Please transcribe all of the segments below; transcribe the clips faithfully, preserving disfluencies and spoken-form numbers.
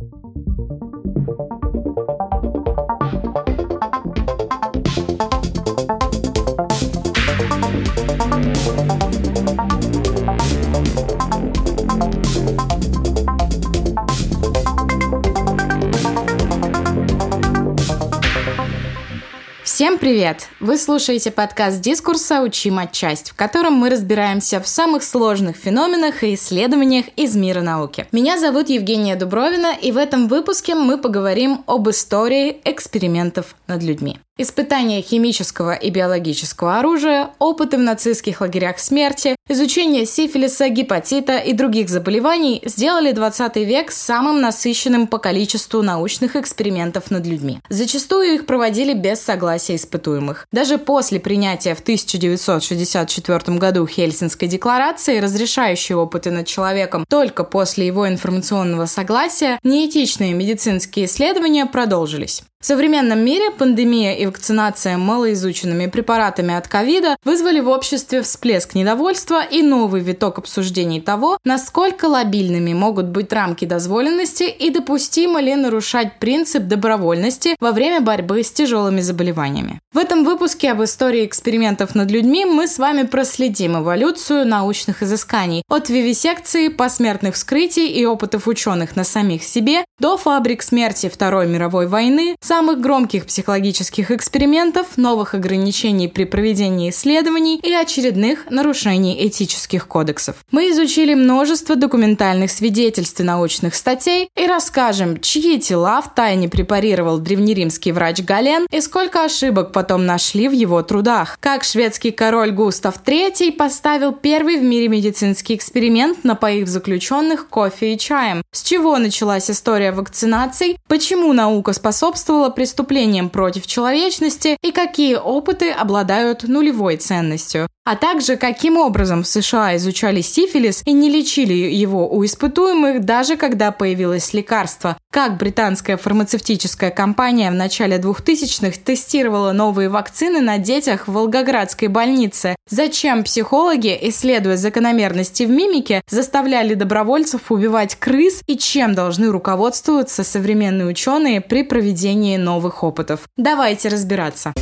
Всем привет! Вы слушаете подкаст дискурса «Учим отчасть», в котором мы разбираемся в самых сложных феноменах и исследованиях из мира науки. Меня зовут Евгения Дубровина, и в этом выпуске мы поговорим об истории экспериментов над людьми. Испытания химического и биологического оружия, опыты в нацистских лагерях смерти, изучение сифилиса, гепатита и других заболеваний сделали двадцатый век самым насыщенным по количеству научных экспериментов над людьми. Зачастую их проводили без согласия испытуемых. Даже после принятия в тысяча девятьсот шестьдесят четвёртом году Хельсинской декларации, разрешающей опыты над человеком только после его информационного согласия, неэтичные медицинские исследования продолжились. В современном мире пандемия и вакцинация малоизученными препаратами от ковида вызвали в обществе всплеск недовольства и новый виток обсуждений того, насколько лобильными могут быть рамки дозволенности и допустимо ли нарушать принцип добровольности во время борьбы с тяжелыми заболеваниями. В этом выпуске об истории экспериментов над людьми мы с вами проследим эволюцию научных изысканий от вивисекции, посмертных вскрытий и опытов ученых на самих себе до фабрик смерти Второй мировой войны, самых громких психологических экспериментов, новых ограничений при проведении исследований и очередных нарушений этических кодексов. Мы изучили множество документальных свидетельств и научных статей и расскажем, чьи тела втайне препарировал древнеримский врач Гален и сколько ошибок потом нашли в его трудах, как шведский король Густав третий поставил первый в мире медицинский эксперимент, напоив заключенных кофе и чаем, с чего началась история вакцинаций, почему наука способствовала преступлениям против человечности и какие опыты обладают нулевой ценностью, а также каким образом в США изучали сифилис и не лечили его у испытуемых, даже когда появилось лекарство, как британская фармацевтическая компания в начале двухтысячных тестировала новые вакцины на детях в Волгоградской больнице, зачем психологи, исследуя закономерности в мимике, заставляли добровольцев убивать крыс и чем должны руководствоваться современные ученые при проведении новых опытов. Давайте разбираться.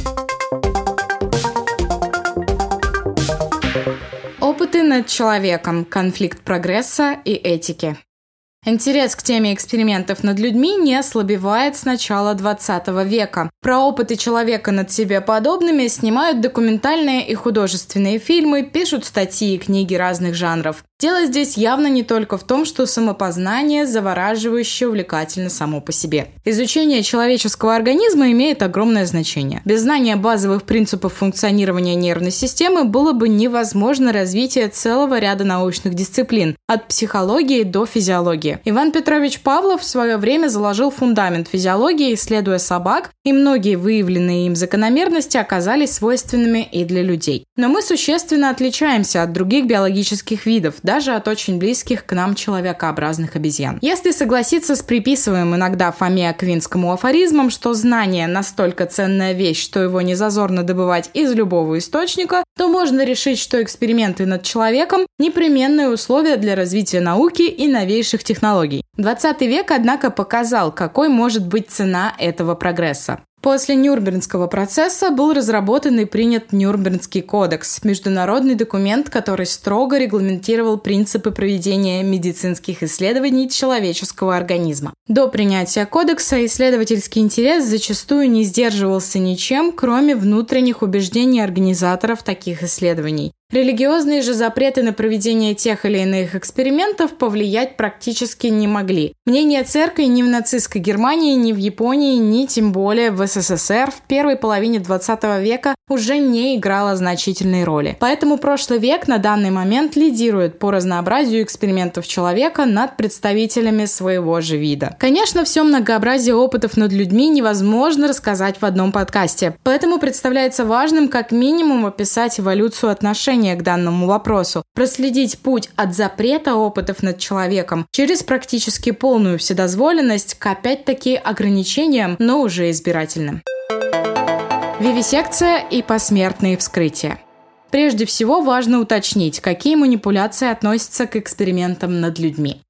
Опыты над человеком, конфликт прогресса и этики. Интерес к теме экспериментов над людьми не ослабевает с начала двадцатого века. Про опыты человека над себе подобными снимают документальные и художественные фильмы, пишут статьи и книги разных жанров. Дело здесь явно не только в том, что самопознание завораживающе увлекательно само по себе. Изучение человеческого организма имеет огромное значение. Без знания базовых принципов функционирования нервной системы было бы невозможно развитие целого ряда научных дисциплин, от психологии до физиологии. Иван Петрович Павлов в свое время заложил фундамент физиологии, исследуя собак, и многие выявленные им закономерности оказались свойственными и для людей. Но мы существенно отличаемся от других биологических видов, даже от очень близких к нам человекообразных обезьян. Если согласиться с приписываемым иногда Фоме Аквинскому афоризмом, что знание настолько ценная вещь, что его не зазорно добывать из любого источника, то можно решить, что эксперименты над человеком – непременное условие для развития науки и новейших технологий. двадцатый век, однако, показал, какой может быть цена этого прогресса. После Нюрнбергского процесса был разработан и принят Нюрнбергский кодекс – международный документ, который строго регламентировал принципы проведения медицинских исследований человеческого организма. До принятия кодекса исследовательский интерес зачастую не сдерживался ничем, кроме внутренних убеждений организаторов таких исследований. Религиозные же запреты на проведение тех или иных экспериментов повлиять практически не могли. Мнение церкви ни в нацистской Германии, ни в Японии, ни тем более в СССР в первой половине двадцатого века уже не играло значительной роли. Поэтому прошлый век на данный момент лидирует по разнообразию экспериментов человека над представителями своего же вида. Конечно, все многообразие опытов над людьми невозможно рассказать в одном подкасте, поэтому представляется важным как минимум описать эволюцию отношений к данному вопросу, проследить путь от запрета опытов над человеком через практически полную вседозволенность к опять-таки ограничениям, но уже избирательным. Вивисекция и посмертные вскрытия. Прежде всего важно уточнить, какие манипуляции относятся к экспериментам над людьми.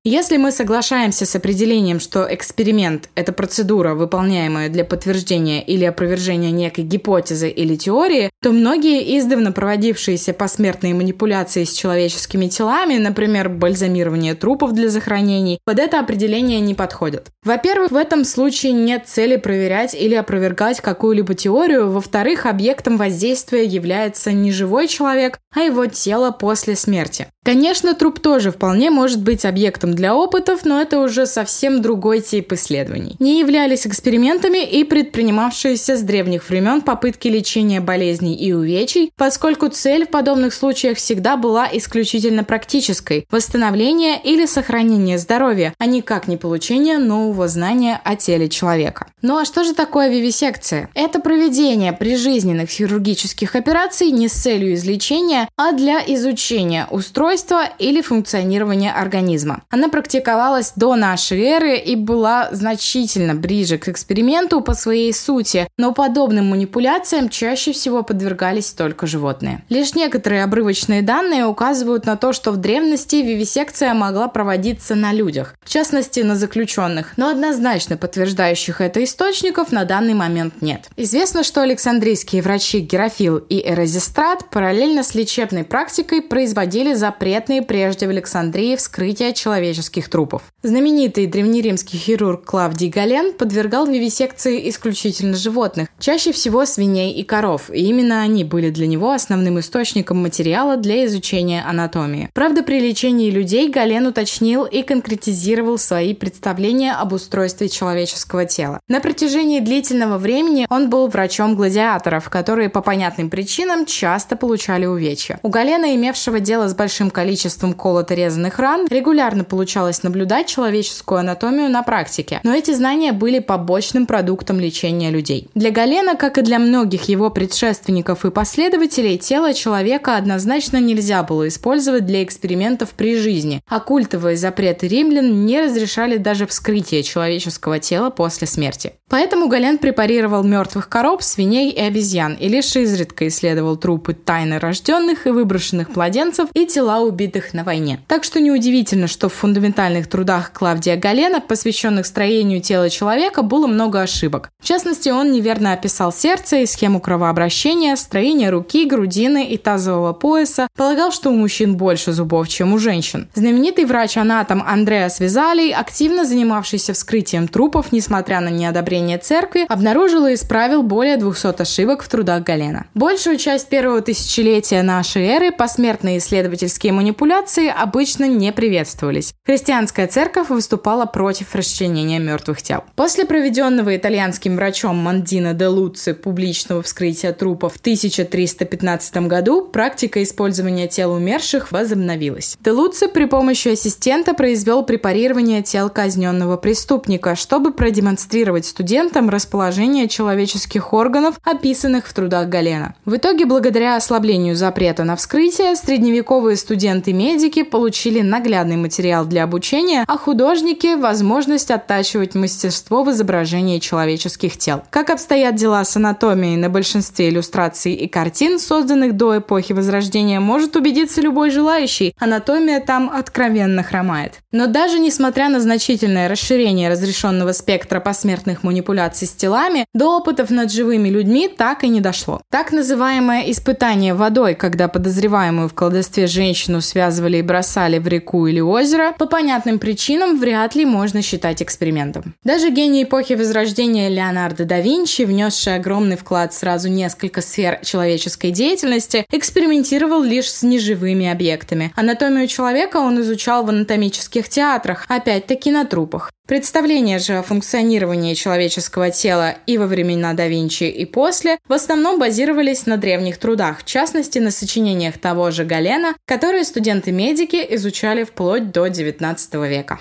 Если мы соглашаемся с определением, что эксперимент – это процедура, выполняемая для подтверждения или опровержения некой гипотезы или теории, то многие издавна проводившиеся посмертные манипуляции с человеческими телами, например, бальзамирование трупов для захоронений, под это определение не подходят. Во-первых, в этом случае нет цели проверять или опровергать какую-либо теорию. Во-вторых, объектом воздействия является не живой человек, а его тело после смерти. Конечно, труп тоже вполне может быть объектом для опытов, но это уже совсем другой тип исследований. Не являлись экспериментами и предпринимавшиеся с древних времен попытки лечения болезней и увечий, поскольку цель в подобных случаях всегда была исключительно практической – восстановление или сохранение здоровья, а никак не получение нового знания о теле человека. Ну а что же такое вивисекция? Это проведение прижизненных хирургических операций не с целью излечения, а для изучения устройства или функционирования организма. Она практиковалась до нашей эры и была значительно ближе к эксперименту по своей сути, но подобным манипуляциям чаще всего подвергались только животные. Лишь некоторые обрывочные данные указывают на то, что в древности вивисекция могла проводиться на людях, в частности на заключенных, но однозначно подтверждающих это источников на данный момент нет. Известно, что александрийские врачи Герофил и Эразистрат параллельно с лечебной практикой производили запретные прежде в Александрии вскрытия человеческих трупов. Знаменитый древнеримский хирург Клавдий Гален подвергал вивисекции исключительно животных, чаще всего свиней и коров, и именно они были для него основным источником материала для изучения анатомии. Правда, при лечении людей Гален уточнил и конкретизировал свои представления об устройстве человеческого тела. На протяжении длительного времени он был врачом гладиаторов, которые по понятным причинам часто получали увечья. У Галена, имевшего дело с большим количеством колото-резанных ран, регулярно получалось наблюдать человеческую анатомию на практике, но эти знания были побочным продуктом лечения людей. Для Галена, как и для многих его предшественников и последователей, тело человека однозначно нельзя было использовать для экспериментов при жизни, а культовые запреты римлян не разрешали даже вскрытие человеческого тела после смерти. Поэтому Гален препарировал мертвых коров, свиней и обезьян и лишь изредка исследовал трупы тайно рожденных и выброшенных младенцев и тела убитых на войне. Так что неудивительно, что в фундаментальных трудах Клавдия Галена, посвященных строению тела человека, было много ошибок. В частности, он неверно описал сердце и схему кровообращения, строение руки, грудины и тазового пояса, полагал, что у мужчин больше зубов, чем у женщин. Знаменитый врач-анатом Андреас Визалий, активно занимавшийся вскрытием трупов, несмотря на неодобрение церкви, обнаружил и исправил более двухсот ошибок в трудах Галена. Большую часть первого тысячелетия нашей эры посмертные исследовательские манипуляции обычно не приветствовались. Христианская церковь выступала против расчленения мертвых тел. После проведенного итальянским врачом Мандино де Луци публичного вскрытия трупов в тысяча триста пятнадцатом году практика использования тел умерших возобновилась. Де Луци при помощи ассистента произвел препарирование тел казненного преступника, чтобы продемонстрировать студентам расположение человеческих органов, описанных в трудах Галена. В итоге, благодаря ослаблению запрета на вскрытие, средневековые студенты-медики получили наглядный материал для обучения, а художники – возможность оттачивать мастерство в изображении человеческих тел. Как обстоят дела с анатомией на большинстве иллюстраций и картин, созданных до эпохи Возрождения, может убедиться любой желающий. Анатомия там откровенно хромает. Но даже несмотря на значительное расширение разрешенного спектра посмертных манипуляций с телами, до опытов над живыми людьми так и не дошло. Так называемое испытание водой, когда подозреваемую в колдовстве женщину связывали и бросали в реку или озеро, по понятным причинам вряд ли можно считать экспериментом. Даже гений эпохи Возрождения Леонардо да Винчи, внесший огромный вклад в сразу несколько сфер человеческой деятельности, экспериментировал лишь с неживыми объектами. Анатомию человека он изучал в анатомических театрах, опять-таки на трупах. Представления же о функционировании человеческого тела и во времена да Винчи, и после в основном базировались на древних трудах, в частности на сочинениях того же Галена, которые студенты-медики изучали вплоть до девятнадцатого века.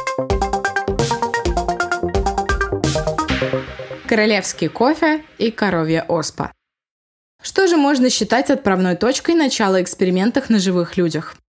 Королевский кофе и коровья оспа. Что же можно считать отправной точкой начала экспериментов на живых людях?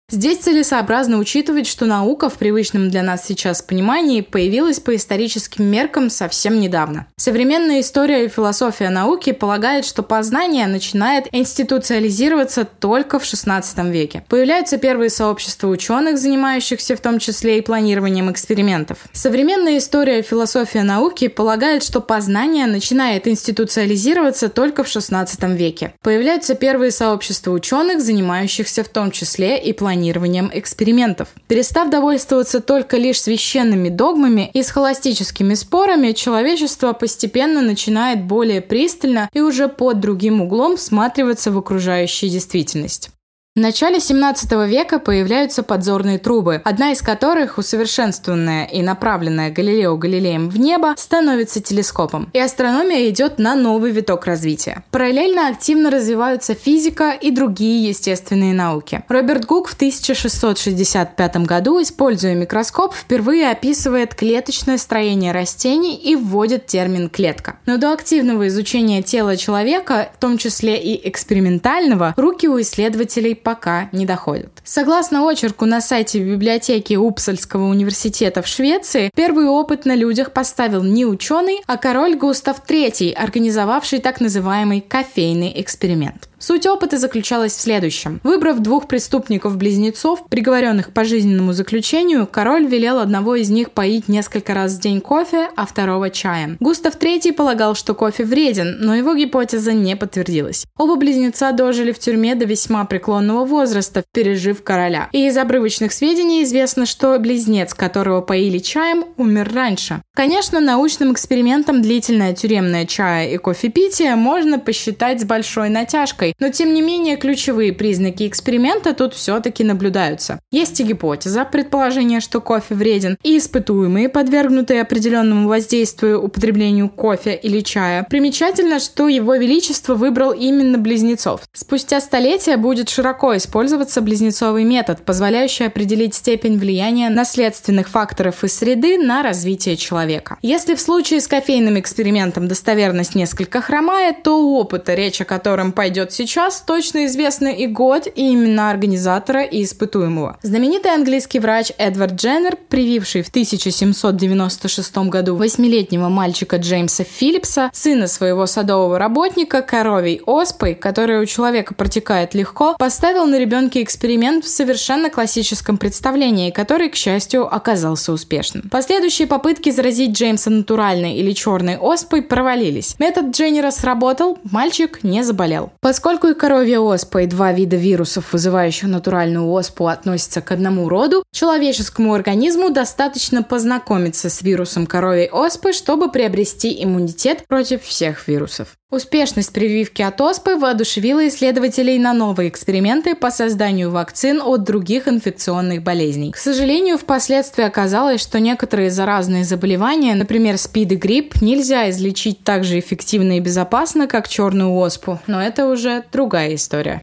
Здесь целесообразно учитывать, что наука в привычном для нас сейчас понимании появилась по историческим меркам совсем недавно. Современная история и философия науки полагает, что познание начинает институциализироваться только в шестнадцатом веке. Появляются первые сообщества ученых, занимающихся в том числе и планированием экспериментов. Современная история и философия науки полагает, что познание начинает институциализироваться только в шестнадцатом веке. Появляются первые сообщества ученых, занимающихся в том числе и планированием экспериментов. Перестав довольствоваться только лишь священными догмами и схоластическими спорами, человечество постепенно начинает более пристально и уже под другим углом всматриваться в окружающую действительность. В начале семнадцатого века появляются подзорные трубы, одна из которых, усовершенствованная и направленная Галилео Галилеем в небо, становится телескопом, и астрономия идет на новый виток развития. Параллельно активно развиваются физика и другие естественные науки. Роберт Гук в тысяча шестьсот шестьдесят пятом году, используя микроскоп, впервые описывает клеточное строение растений и вводит термин «клетка». Но до активного изучения тела человека, в том числе и экспериментального, руки у исследователей пока не доходят. Согласно очерку на сайте библиотеки Упсальского университета в Швеции, первый опыт на людях поставил не ученый, а король Густав третий, организовавший так называемый кофейный эксперимент. Суть опыта заключалась в следующем. Выбрав двух преступников-близнецов, приговоренных к пожизненному заключению, король велел одного из них поить несколько раз в день кофе, а второго чаем. Густав третий полагал, что кофе вреден, но его гипотеза не подтвердилась. Оба близнеца дожили в тюрьме до весьма преклонного возраста, пережив короля. И из обрывочных сведений известно, что близнец, которого поили чаем, умер раньше. Конечно, научным экспериментом длительное тюремное чая и кофепитие можно посчитать с большой натяжкой, но тем не менее ключевые признаки эксперимента тут все-таки наблюдаются. Есть и гипотеза, предположение, что кофе вреден, и испытуемые, подвергнутые определенному воздействию употреблению кофе или чая. Примечательно, что его величество выбрал именно близнецов. Спустя столетия будет широко использоваться близнецовый метод, позволяющий определить степень влияния наследственных факторов из среды на развитие человека. Если в случае с кофейным экспериментом достоверность несколько хромает, то у опыта, речь о котором пойдет сейчас, точно известны и год, и имена организатора и испытуемого. Знаменитый английский врач Эдвард Дженнер, прививший в тысяча семьсот девяносто шестом году восьмилетнего мальчика Джеймса Филлипса, сына своего садового работника, коровьей оспой, которая у человека протекает легко, поставил на ребенке эксперимент в совершенно классическом представлении, который, к счастью, оказался успешным. Последующие попытки заразить Джеймса натуральной или черной оспой провалились. Метод Дженнера сработал, мальчик не заболел. Поскольку и коровья оспа, и два вида вирусов, вызывающих натуральную оспу, относятся к одному роду, человеческому организму достаточно познакомиться с вирусом коровьей оспы, чтобы приобрести иммунитет против всех вирусов. Успешность прививки от оспы воодушевила исследователей на новые эксперименты по созданию вакцин от других инфекционных болезней. К сожалению, впоследствии оказалось, что некоторые заразные заболевания, например, СПИД и грипп, нельзя излечить так же эффективно и безопасно, как черную оспу, но это уже другая история.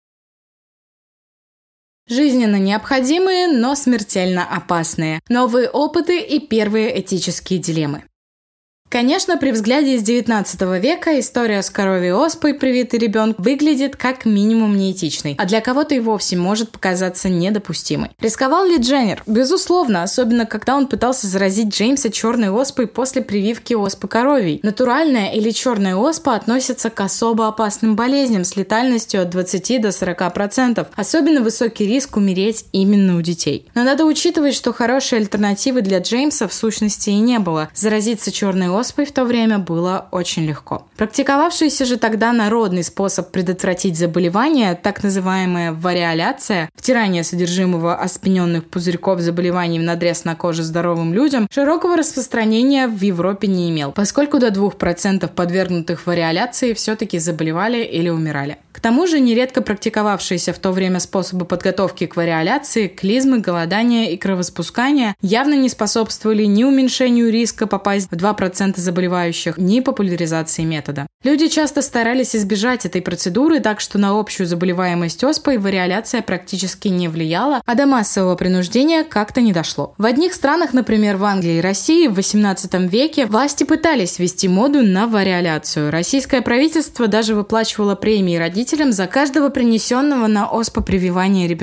Жизненно необходимые, но смертельно опасные. Новые опыты и первые этические дилеммы. Конечно, при взгляде из девятнадцатого века история с коровьей оспой, привитый ребенок, выглядит как минимум неэтичной, а для кого-то и вовсе может показаться недопустимой. Рисковал ли Дженнер? Безусловно, особенно когда он пытался заразить Джеймса черной оспой после прививки оспы коровьей. Натуральная или черная оспа относятся к особо опасным болезням с летальностью от двадцати до сорока процентов. Особенно высокий риск умереть именно у детей. Но надо учитывать, что хорошей альтернативы для Джеймса в сущности и не было. Заразиться черной оспой оспой в то время было очень легко. Практиковавшийся же тогда народный способ предотвратить заболевание, так называемая вариоляция, втирание содержимого оспененных пузырьков заболеваний в надрез на коже здоровым людям, широкого распространения в Европе не имел, поскольку до двух процентов подвергнутых вариоляции все-таки заболевали или умирали. К тому же нередко практиковавшиеся в то время способы подготовки к вариоляции, клизмы, голодания и кровоспускания явно не способствовали ни уменьшению риска попасть в два процента заболевающих, ни популяризации метода. Люди часто старались избежать этой процедуры, так что на общую заболеваемость оспой вариоляция практически не влияла, а до массового принуждения как-то не дошло. В одних странах, например, в Англии и России, в восемнадцатом веке власти пытались ввести моду на вариоляцию. Российское правительство даже выплачивало премии родителям за каждого принесенного на оспопрививание ребенка.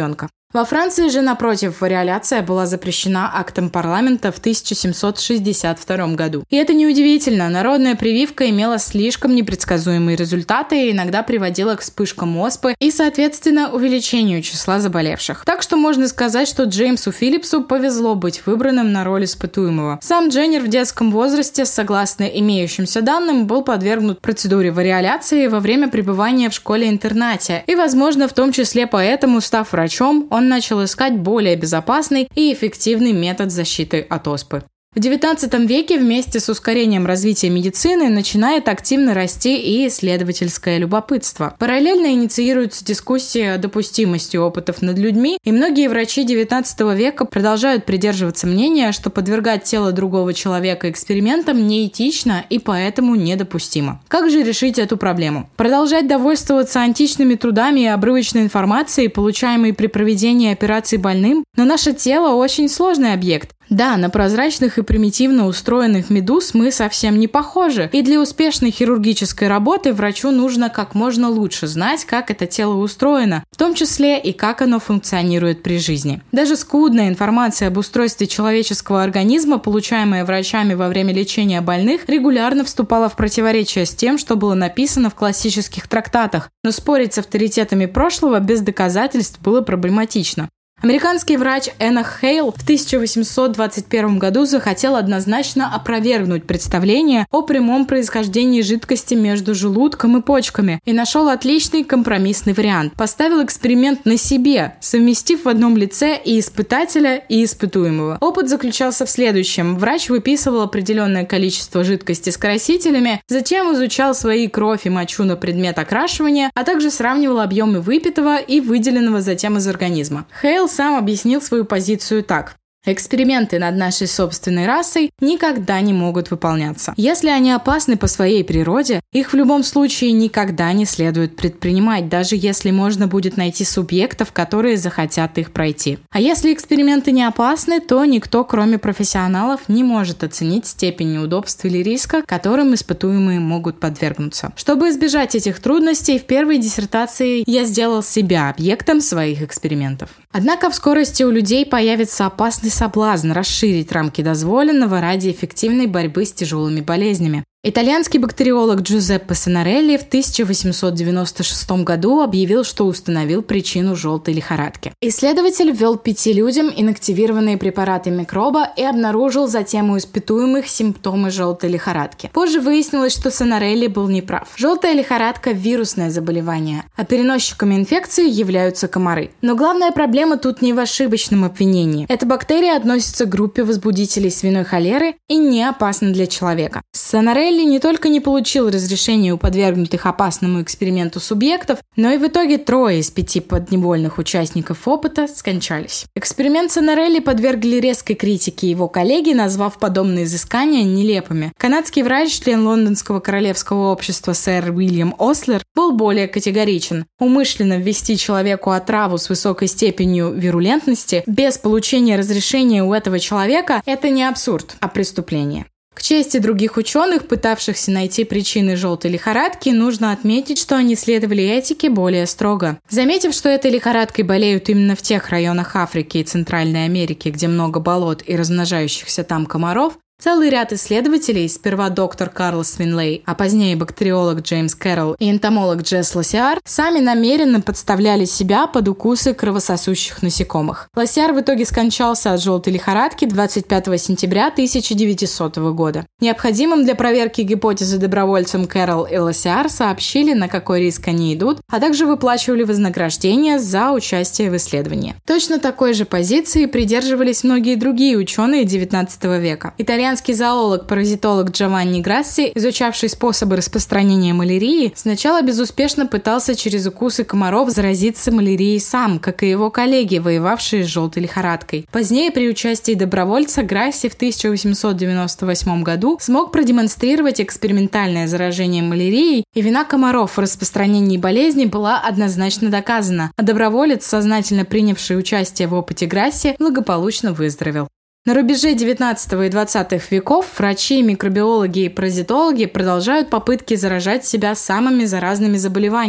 Во Франции же, напротив, вариоляция была запрещена актом парламента в тысяча семьсот шестьдесят втором году. И это неудивительно, народная прививка имела слишком непредсказуемые результаты и иногда приводила к вспышкам оспы и, соответственно, увеличению числа заболевших. Так что можно сказать, что Джеймсу Филлипсу повезло быть выбранным на роль испытуемого. Сам Дженнер в детском возрасте, согласно имеющимся данным, был подвергнут процедуре вариоляции во время пребывания в школе-интернате. И, возможно, в том числе поэтому, став врачом, он начал искать более безопасный и эффективный метод защиты от оспы. В девятнадцатом веке вместе с ускорением развития медицины начинает активно расти и исследовательское любопытство. Параллельно инициируются дискуссии о допустимости опытов над людьми, и многие врачи девятнадцатого века продолжают придерживаться мнения, что подвергать тело другого человека экспериментам неэтично и поэтому недопустимо. Как же решить эту проблему? Продолжать довольствоваться античными трудами и обрывочной информацией, получаемой при проведении операций больным? Но наше тело очень сложный объект. Да, на прозрачных и примитивно устроенных медуз мы совсем не похожи, и для успешной хирургической работы врачу нужно как можно лучше знать, как это тело устроено, в том числе и как оно функционирует при жизни. Даже скудная информация об устройстве человеческого организма, получаемая врачами во время лечения больных, регулярно вступала в противоречие с тем, что было написано в классических трактатах, но спорить с авторитетами прошлого без доказательств было проблематично. Американский врач Энах Хейл в тысяча восемьсот двадцать первом году захотел однозначно опровергнуть представление о прямом происхождении жидкости между желудком и почками и нашел отличный компромиссный вариант. Поставил эксперимент на себе, совместив в одном лице и испытателя, и испытуемого. Опыт заключался в следующем. Врач выписывал определенное количество жидкости с красителями, затем изучал свои кровь и мочу на предмет окрашивания, а также сравнивал объемы выпитого и выделенного затем из организма. Хейл сам объяснил свою позицию так. Эксперименты над нашей собственной расой никогда не могут выполняться. Если они опасны по своей природе, их в любом случае никогда не следует предпринимать, даже если можно будет найти субъектов, которые захотят их пройти. А если эксперименты не опасны, то никто, кроме профессионалов, не может оценить степень неудобств или риска, которым испытуемые могут подвергнуться. Чтобы избежать этих трудностей, в первой диссертации я сделал себя объектом своих экспериментов. Однако в скорости у людей появится опасный соблазн расширить рамки дозволенного ради эффективной борьбы с тяжелыми болезнями. Итальянский бактериолог Джузеппе Сонарелли в тысяча восемьсот девяносто шестом году объявил, что установил причину желтой лихорадки. Исследователь ввел пяти людям инактивированные препараты микроба и обнаружил затем у испытуемых симптомы желтой лихорадки. Позже выяснилось, что Сонарелли был неправ. Желтая лихорадка – вирусное заболевание, а переносчиками инфекции являются комары. Но главная проблема тут не в ошибочном обвинении. Эта бактерия относится к группе возбудителей свиной холеры и не опасна для человека. Сонарелли не только не получил разрешения у подвергнутых опасному эксперименту субъектов, но и в итоге трое из пяти подневольных участников опыта скончались. Эксперимент Сонарелли подвергли резкой критике его коллеги, назвав подобные изыскания нелепыми. Канадский врач, член Лондонского королевского общества сэр Уильям Ослер, был более категоричен. Умышленно ввести человеку отраву с высокой степенью вирулентности без получения разрешения у этого человека – это не абсурд, а преступление. К чести других ученых, пытавшихся найти причины желтой лихорадки, нужно отметить, что они следовали этике более строго. Заметив, что этой лихорадкой болеют именно в тех районах Африки и Центральной Америки, где много болот и размножающихся там комаров, целый ряд исследователей, сперва доктор Карлос Финлей, а позднее бактериолог Джеймс Кэрролл и энтомолог Джесс Лосиар, сами намеренно подставляли себя под укусы кровососущих насекомых. Лосиар в итоге скончался от желтой лихорадки двадцать пятого сентября тысяча девятисотого года. Необходимым для проверки гипотезы добровольцам Кэрролл и Лосиар сообщили, на какой риск они идут, а также выплачивали вознаграждение за участие в исследовании. Точно такой же позиции придерживались многие другие ученые девятнадцатого века. Итальянский Итальянский зоолог-паразитолог Джованни Грасси, изучавший способы распространения малярии, сначала безуспешно пытался через укусы комаров заразиться малярией сам, как и его коллеги, воевавшие с желтой лихорадкой. Позднее при участии добровольца Грасси в тысяча восемьсот девяносто восьмом году смог продемонстрировать экспериментальное заражение малярией, и вина комаров в распространении болезни была однозначно доказана, а доброволец, сознательно принявший участие в опыте Грасси, благополучно выздоровел. На рубеже девятнадцатого и двадцатого веков врачи, микробиологи и паразитологи продолжают попытки заражать себя самыми заразными заболеваниями,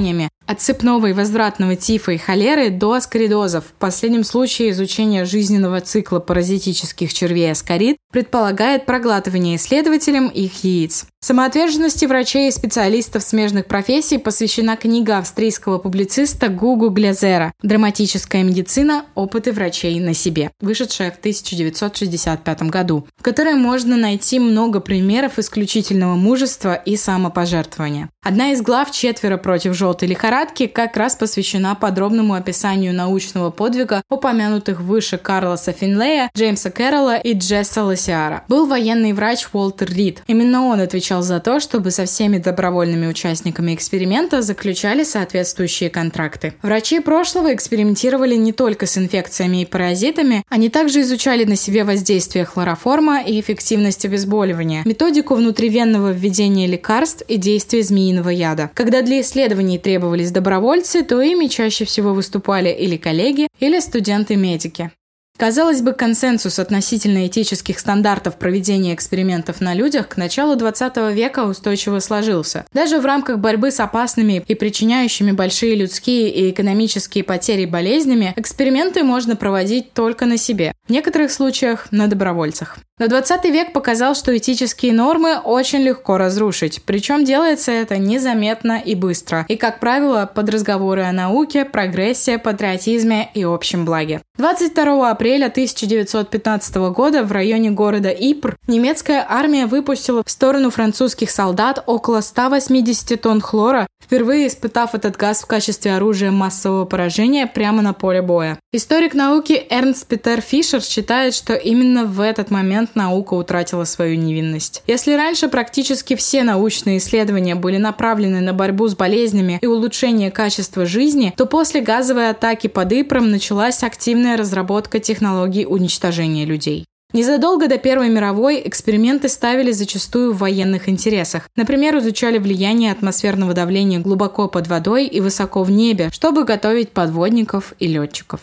От цепного и возвратного тифа и холеры до аскаридозов. В последнем случае изучение жизненного цикла паразитических червей аскарид предполагает проглатывание исследователям их яиц. Самоотверженности врачей и специалистов смежных профессий посвящена книга австрийского публициста Гуго Глязера «Драматическая медицина. Опыты врачей на себе», вышедшая в тысяча девятьсот шестьдесят пятом году, в которой можно найти много примеров исключительного мужества и самопожертвования. Одна из глав «Четверо против желтой лихорадки» как раз посвящена подробному описанию научного подвига упомянутых выше Карлоса Финлея, Джеймса Кэрролла и Джесса Лосиара. Был военный врач Уолтер Рид. Именно он отвечал за то, чтобы со всеми добровольными участниками эксперимента заключали соответствующие контракты. Врачи прошлого экспериментировали не только с инфекциями и паразитами, они также изучали на себе воздействие хлороформа и эффективность обезболивания, методику внутривенного введения лекарств и действие змеиного яда. Когда для исследований требовались добровольцы, то ими чаще всего выступали или коллеги, или студенты-медики. Казалось бы, консенсус относительно этических стандартов проведения экспериментов на людях к началу двадцатого века устойчиво сложился. Даже в рамках борьбы с опасными и причиняющими большие людские и экономические потери болезнями эксперименты можно проводить только на себе, в некоторых случаях на добровольцах. Но двадцатый век показал, что этические нормы очень легко разрушить, причем делается это незаметно и быстро, и, как правило, под разговоры о науке, прогрессе, патриотизме и общем благе. двадцать второго апреля тысяча девятьсот пятнадцатого года в районе города Ипр немецкая армия выпустила в сторону французских солдат около ста восьмидесяти тонн хлора, впервые испытав этот газ в качестве оружия массового поражения прямо на поле боя. Историк науки Эрнст Петер Фишер считает, что именно в этот момент наука утратила свою невинность. Если раньше практически все научные исследования были направлены на борьбу с болезнями и улучшение качества жизни, то после газовой атаки под Ипром началась активная разработка технологий уничтожения людей. Незадолго до Первой мировой эксперименты ставили зачастую в военных интересах. Например, изучали влияние атмосферного давления глубоко под водой и высоко в небе, чтобы готовить подводников и летчиков.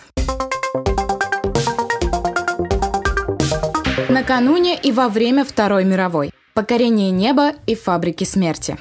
Накануне и во время Второй мировой. Покорение неба и фабрики смерти.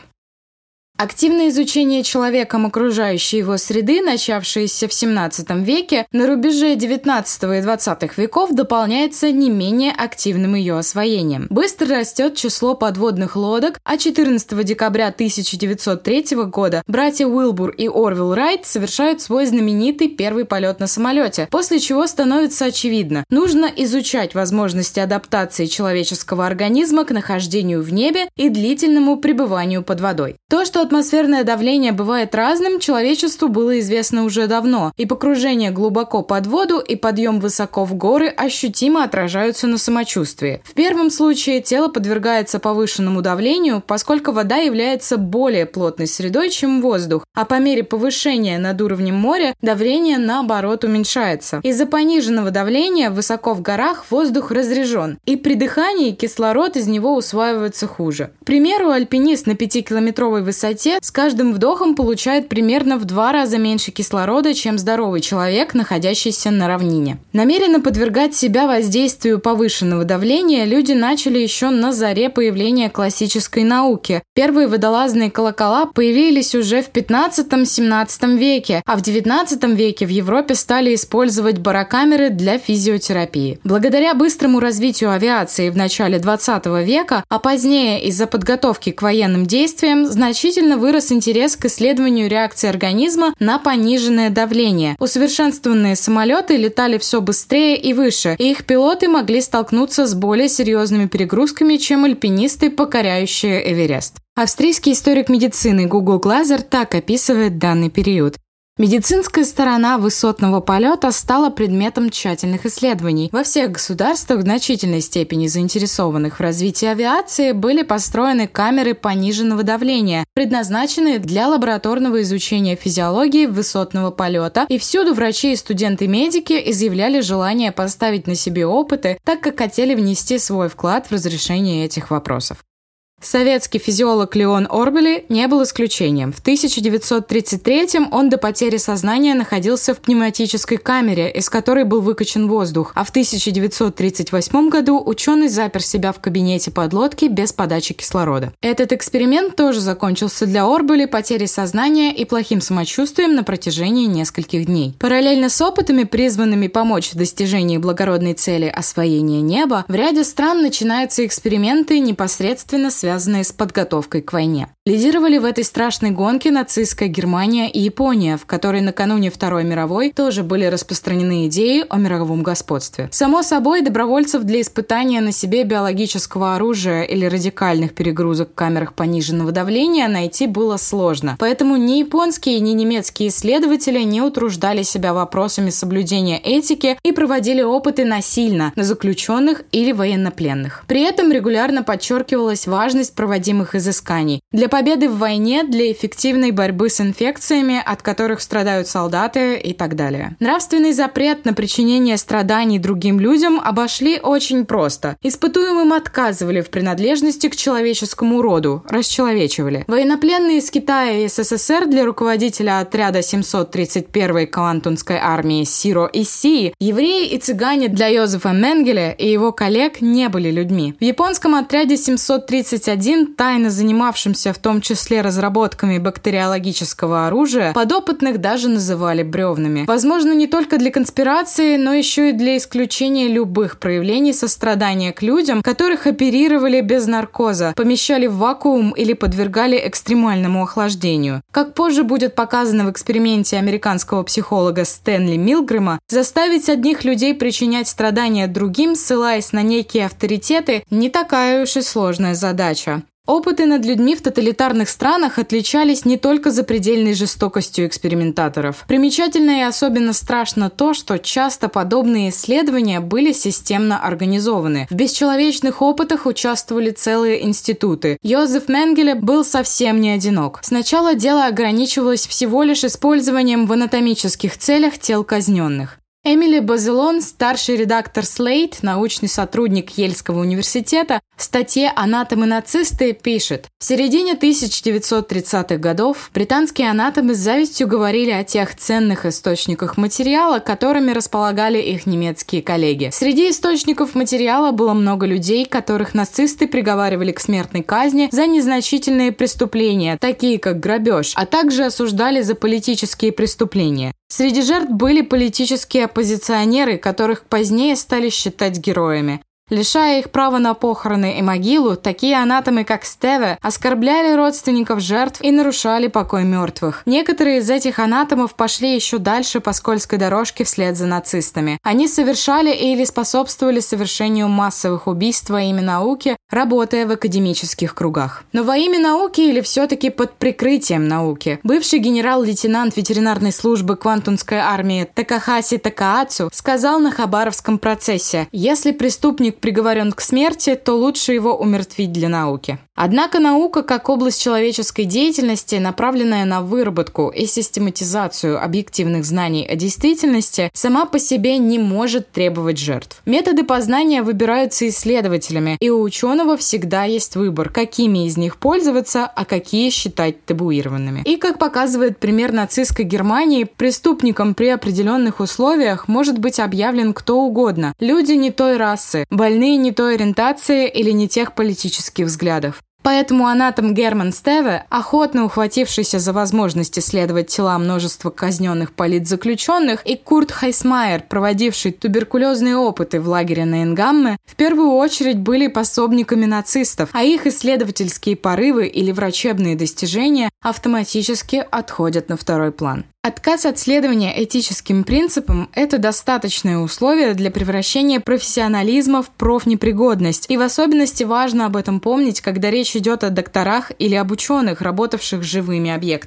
Активное изучение человеком окружающей его среды, начавшееся в семнадцатом веке, на рубеже девятнадцатого и двадцатых веков дополняется не менее активным ее освоением. Быстро растет число подводных лодок, а четырнадцатого декабря тысяча девятьсот третьего года братья Уилбур и Орвилл Райт совершают свой знаменитый первый полет на самолете, после чего становится очевидно – нужно изучать возможности адаптации человеческого организма к нахождению в небе и длительному пребыванию под водой. То, что атмосферное давление бывает разным, человечеству было известно уже давно, и погружение глубоко под воду и подъем высоко в горы ощутимо отражаются на самочувствии. В первом случае тело подвергается повышенному давлению, поскольку вода является более плотной средой, чем воздух, а по мере повышения над уровнем моря давление, наоборот, уменьшается. Из-за пониженного давления высоко в горах воздух разрежен, и при дыхании кислород из него усваивается хуже. К примеру, альпинист на пятикилометровой высоте с каждым вдохом получает примерно в два раза меньше кислорода, чем здоровый человек, находящийся на равнине. Намеренно подвергать себя воздействию повышенного давления люди начали еще на заре появления классической науки. Первые водолазные колокола появились уже в пятнадцатом-семнадцатом веке, а в девятнадцатом веке в Европе стали использовать барокамеры для физиотерапии. Благодаря быстрому развитию авиации в начале двадцатого века, а позднее из-за подготовки к военным действиям, значительно вырос интерес к исследованию реакции организма на пониженное давление. Усовершенствованные самолеты летали все быстрее и выше, и их пилоты могли столкнуться с более серьезными перегрузками, чем альпинисты, покоряющие Эверест. Австрийский историк медицины Гуго Глазер так описывает данный период. Медицинская сторона высотного полета стала предметом тщательных исследований. Во всех государствах, в значительной степени заинтересованных в развитии авиации, были построены камеры пониженного давления, предназначенные для лабораторного изучения физиологии высотного полета, и всюду врачи и студенты-медики изъявляли желание поставить на себе опыты, так как хотели внести свой вклад в разрешение этих вопросов. Советский физиолог Леон Орбели не был исключением. В тысяча девятьсот тридцать третьем он до потери сознания находился в пневматической камере, из которой был выкачан воздух, а в тысяча девятьсот тридцать восьмом году ученый запер себя в кабинете подлодки без подачи кислорода. Этот эксперимент тоже закончился для Орбели потерей сознания и плохим самочувствием на протяжении нескольких дней. Параллельно с опытами, призванными помочь в достижении благородной цели освоения неба, в ряде стран начинаются эксперименты, непосредственно связанные связанные с подготовкой к войне. Лидировали в этой страшной гонке нацистская Германия и Япония, в которой накануне Второй мировой тоже были распространены идеи о мировом господстве. Само собой, добровольцев для испытания на себе биологического оружия или радикальных перегрузок в камерах пониженного давления найти было сложно. Поэтому ни японские, ни немецкие исследователи не утруждали себя вопросами соблюдения этики и проводили опыты насильно на заключенных или военнопленных. При этом регулярно подчеркивалась важность проводимых изысканий для победы в войне, для эффективной борьбы с инфекциями, от которых страдают солдаты и так далее. Нравственный запрет на причинение страданий другим людям обошли очень просто. Испытуемым отказывали в принадлежности к человеческому роду, расчеловечивали. Военнопленные из Китая и СССР для руководителя отряда семьсот тридцать первой Квантунской армии Сиро Исии, евреи и цыгане для Йозефа Менгеля и его коллег не были людьми. В японском отряде семьсот тридцать один, тайно занимавшимся в том числе разработками бактериологического оружия, подопытных даже называли бревнами. Возможно, не только для конспирации, но еще и для исключения любых проявлений сострадания к людям, которых оперировали без наркоза, помещали в вакуум или подвергали экстремальному охлаждению. Как позже будет показано в эксперименте американского психолога Стэнли Милгрэма, заставить одних людей причинять страдания другим, ссылаясь на некие авторитеты, не такая уж и сложная задача. Опыты над людьми в тоталитарных странах отличались не только запредельной жестокостью экспериментаторов. Примечательно и особенно страшно то, что часто подобные исследования были системно организованы. В бесчеловечных опытах участвовали целые институты. Йозеф Менгеле был совсем не одинок. Сначала дело ограничивалось всего лишь использованием в анатомических целях тел казненных. Эмили Базелон, старший редактор Slate, научный сотрудник Ельского университета, в статье «Анатомы-нацисты» пишет: в середине тысяча девятьсот тридцатых годов британские анатомы с завистью говорили о тех ценных источниках материала, которыми располагали их немецкие коллеги. Среди источников материала было много людей, которых нацисты приговаривали к смертной казни за незначительные преступления, такие как грабеж, а также осуждали за политические преступления. Среди жертв были политические оппозиционеры, которых позднее стали считать героями. Лишая их права на похороны и могилу, такие анатомы, как Стеве, оскорбляли родственников жертв и нарушали покой мертвых. Некоторые из этих анатомов пошли еще дальше по скользкой дорожке вслед за нацистами. Они совершали или способствовали совершению массовых убийств во имя науки, работая в академических кругах. Но во имя науки или все-таки под прикрытием науки? Бывший генерал-лейтенант ветеринарной службы Квантунской армии Такахаси Такаацу сказал на Хабаровском процессе: «Если преступник приговорен к смерти, то лучше его умертвить для науки». Однако наука, как область человеческой деятельности, направленная на выработку и систематизацию объективных знаний о действительности, сама по себе не может требовать жертв. Методы познания выбираются исследователями, и у ученого всегда есть выбор, какими из них пользоваться, а какие считать табуированными. И, как показывает пример нацистской Германии, преступником при определенных условиях может быть объявлен кто угодно. Люди не той расы, больные не той ориентации или не тех политических взглядов. Поэтому анатом Герман Стеве, охотно ухватившийся за возможность исследовать тела множества казненных политзаключенных, и Курт Хайсмайер, проводивший туберкулезные опыты в лагере на Энгамме, в первую очередь были пособниками нацистов, а их исследовательские порывы или врачебные достижения автоматически отходят на второй план. Отказ от следования этическим принципам – это достаточное условие для превращения профессионализма в профнепригодность. И в особенности важно об этом помнить, когда речь идет о докторах или об ученых, работавших с живыми объектами.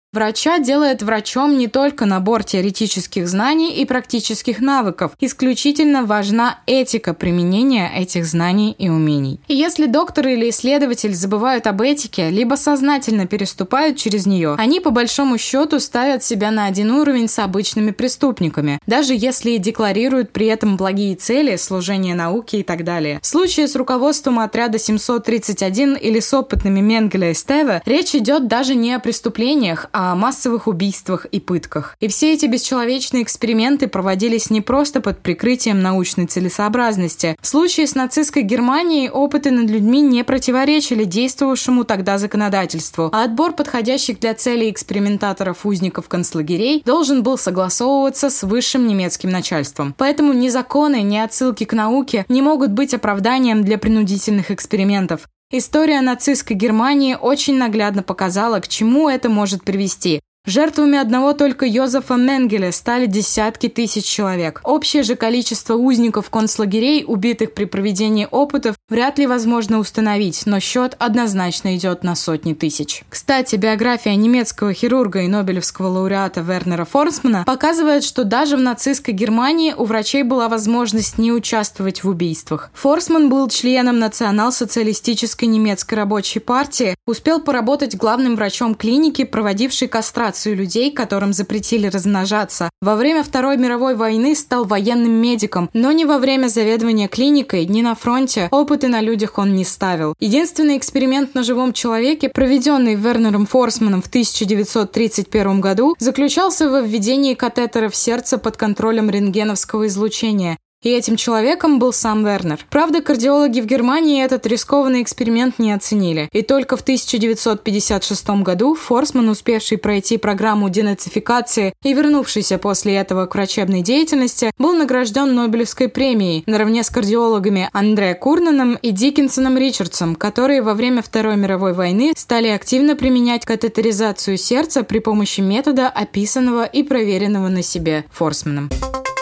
Врача делает врачом не только набор теоретических знаний и практических навыков. Исключительно важна этика применения этих знаний и умений. И если доктор или исследователь забывают об этике, либо сознательно переступают через нее, они по большому счету ставят себя на один уровень с обычными преступниками, даже если и декларируют при этом благие цели, служение науке и так далее. В случае с руководством отряда семьсот тридцать один или с опытными Менгеле и Стеве речь идет даже не о преступлениях, о массовых убийствах и пытках. И все эти бесчеловечные эксперименты проводились не просто под прикрытием научной целесообразности. В случае с нацистской Германией опыты над людьми не противоречили действовавшему тогда законодательству, а отбор подходящих для целей экспериментаторов-узников концлагерей должен был согласовываться с высшим немецким начальством. Поэтому ни законы, ни отсылки к науке не могут быть оправданием для принудительных экспериментов. История нацистской Германии очень наглядно показала, к чему это может привести. Жертвами одного только Йозефа Менгеле стали десятки тысяч человек. Общее же количество узников концлагерей, убитых при проведении опытов, вряд ли возможно установить, но счет однозначно идет на сотни тысяч. Кстати, биография немецкого хирурга и нобелевского лауреата Вернера Форсмана показывает, что даже в нацистской Германии у врачей была возможность не участвовать в убийствах. Форсман был членом национал-социалистической немецкой рабочей партии, успел поработать главным врачом клиники, проводившей кастрацию людей, которым запретили размножаться. Во время Второй мировой войны стал военным медиком, но ни во время заведования клиникой, ни на фронте опыты на людях он не ставил. Единственный эксперимент на живом человеке, проведенный Вернером Форсманом в тысяча девятьсот тридцать первом году, заключался во введении катетера в сердце под контролем рентгеновского излучения. И этим человеком был сам Вернер. Правда, кардиологи в Германии этот рискованный эксперимент не оценили. И только в тысяча девятьсот пятьдесят шестом году Форсман, успевший пройти программу денацификации и вернувшийся после этого к врачебной деятельности, был награжден Нобелевской премией наравне с кардиологами Андре Курнаном и Диккенсоном Ричардсом, которые во время Второй мировой войны стали активно применять катетеризацию сердца при помощи метода, описанного и проверенного на себе Форсманом.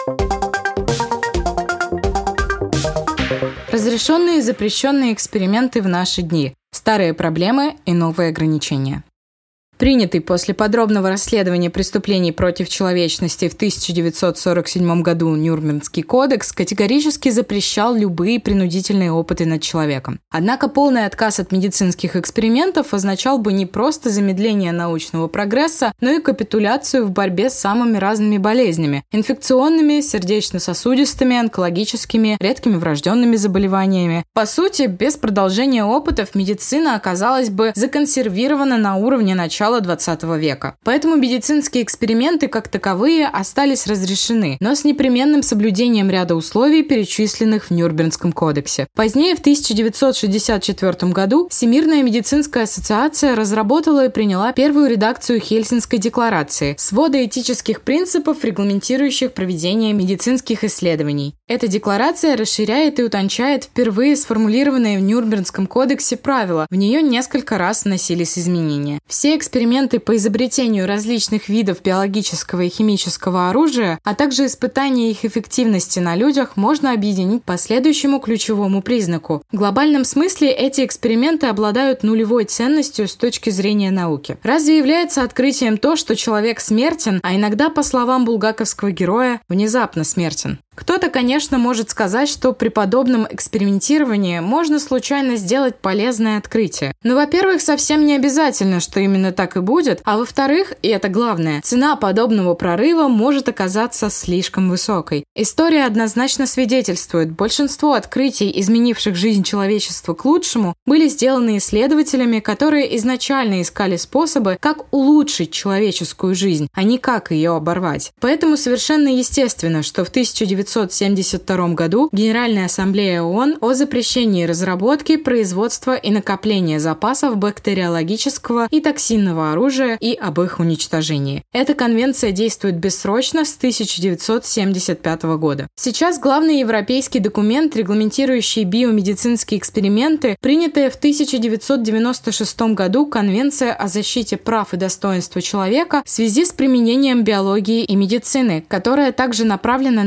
Разрешенные и запрещенные эксперименты в наши дни. Старые проблемы и новые ограничения. Принятый после подробного расследования преступлений против человечности в тысяча девятьсот сорок седьмом году Нюрнбергский кодекс категорически запрещал любые принудительные опыты над человеком. Однако полный отказ от медицинских экспериментов означал бы не просто замедление научного прогресса, но и капитуляцию в борьбе с самыми разными болезнями – инфекционными, сердечно-сосудистыми, онкологическими, редкими врожденными заболеваниями. По сути, без продолжения опытов медицина оказалась бы законсервирована на уровне начала двадцатого века. Поэтому медицинские эксперименты как таковые остались разрешены, но с непременным соблюдением ряда условий, перечисленных в Нюрнбергском кодексе. Позднее, в тысяча девятьсот шестьдесят четвёртом году, Всемирная медицинская ассоциация разработала и приняла первую редакцию Хельсинской декларации – свода этических принципов, регламентирующих проведение медицинских исследований. Эта декларация расширяет и утончает впервые сформулированные в Нюрнбергском кодексе правила. В нее несколько раз вносились изменения. Все эксперименты Эксперименты по изобретению различных видов биологического и химического оружия, а также испытания их эффективности на людях можно объединить по следующему ключевому признаку. В глобальном смысле эти эксперименты обладают нулевой ценностью с точки зрения науки. Разве является открытием то, что человек смертен, а иногда, по словам булгаковского героя, внезапно смертен? Кто-то, конечно, может сказать, что при подобном экспериментировании можно случайно сделать полезное открытие. Но, во-первых, совсем не обязательно, что именно так и будет, а во-вторых, и это главное, цена подобного прорыва может оказаться слишком высокой. История однозначно свидетельствует, большинство открытий, изменивших жизнь человечества к лучшему, были сделаны исследователями, которые изначально искали способы, как улучшить человеческую жизнь, а не как ее оборвать. Поэтому совершенно естественно, что в тысяча девятьсот семьдесят втором году Генеральная ассамблея ООН о запрещении разработки, производства и накопления запасов бактериологического и токсинного оружия и об их уничтожении. Эта конвенция действует бессрочно с тысяча девятьсот семьдесят пятого года. Сейчас главный европейский документ, регламентирующий биомедицинские эксперименты, принятая в тысяча девятьсот девяносто шестом году Конвенция о защите прав и достоинства человека в связи с применением биологии и медицины, которая также направлена на запрет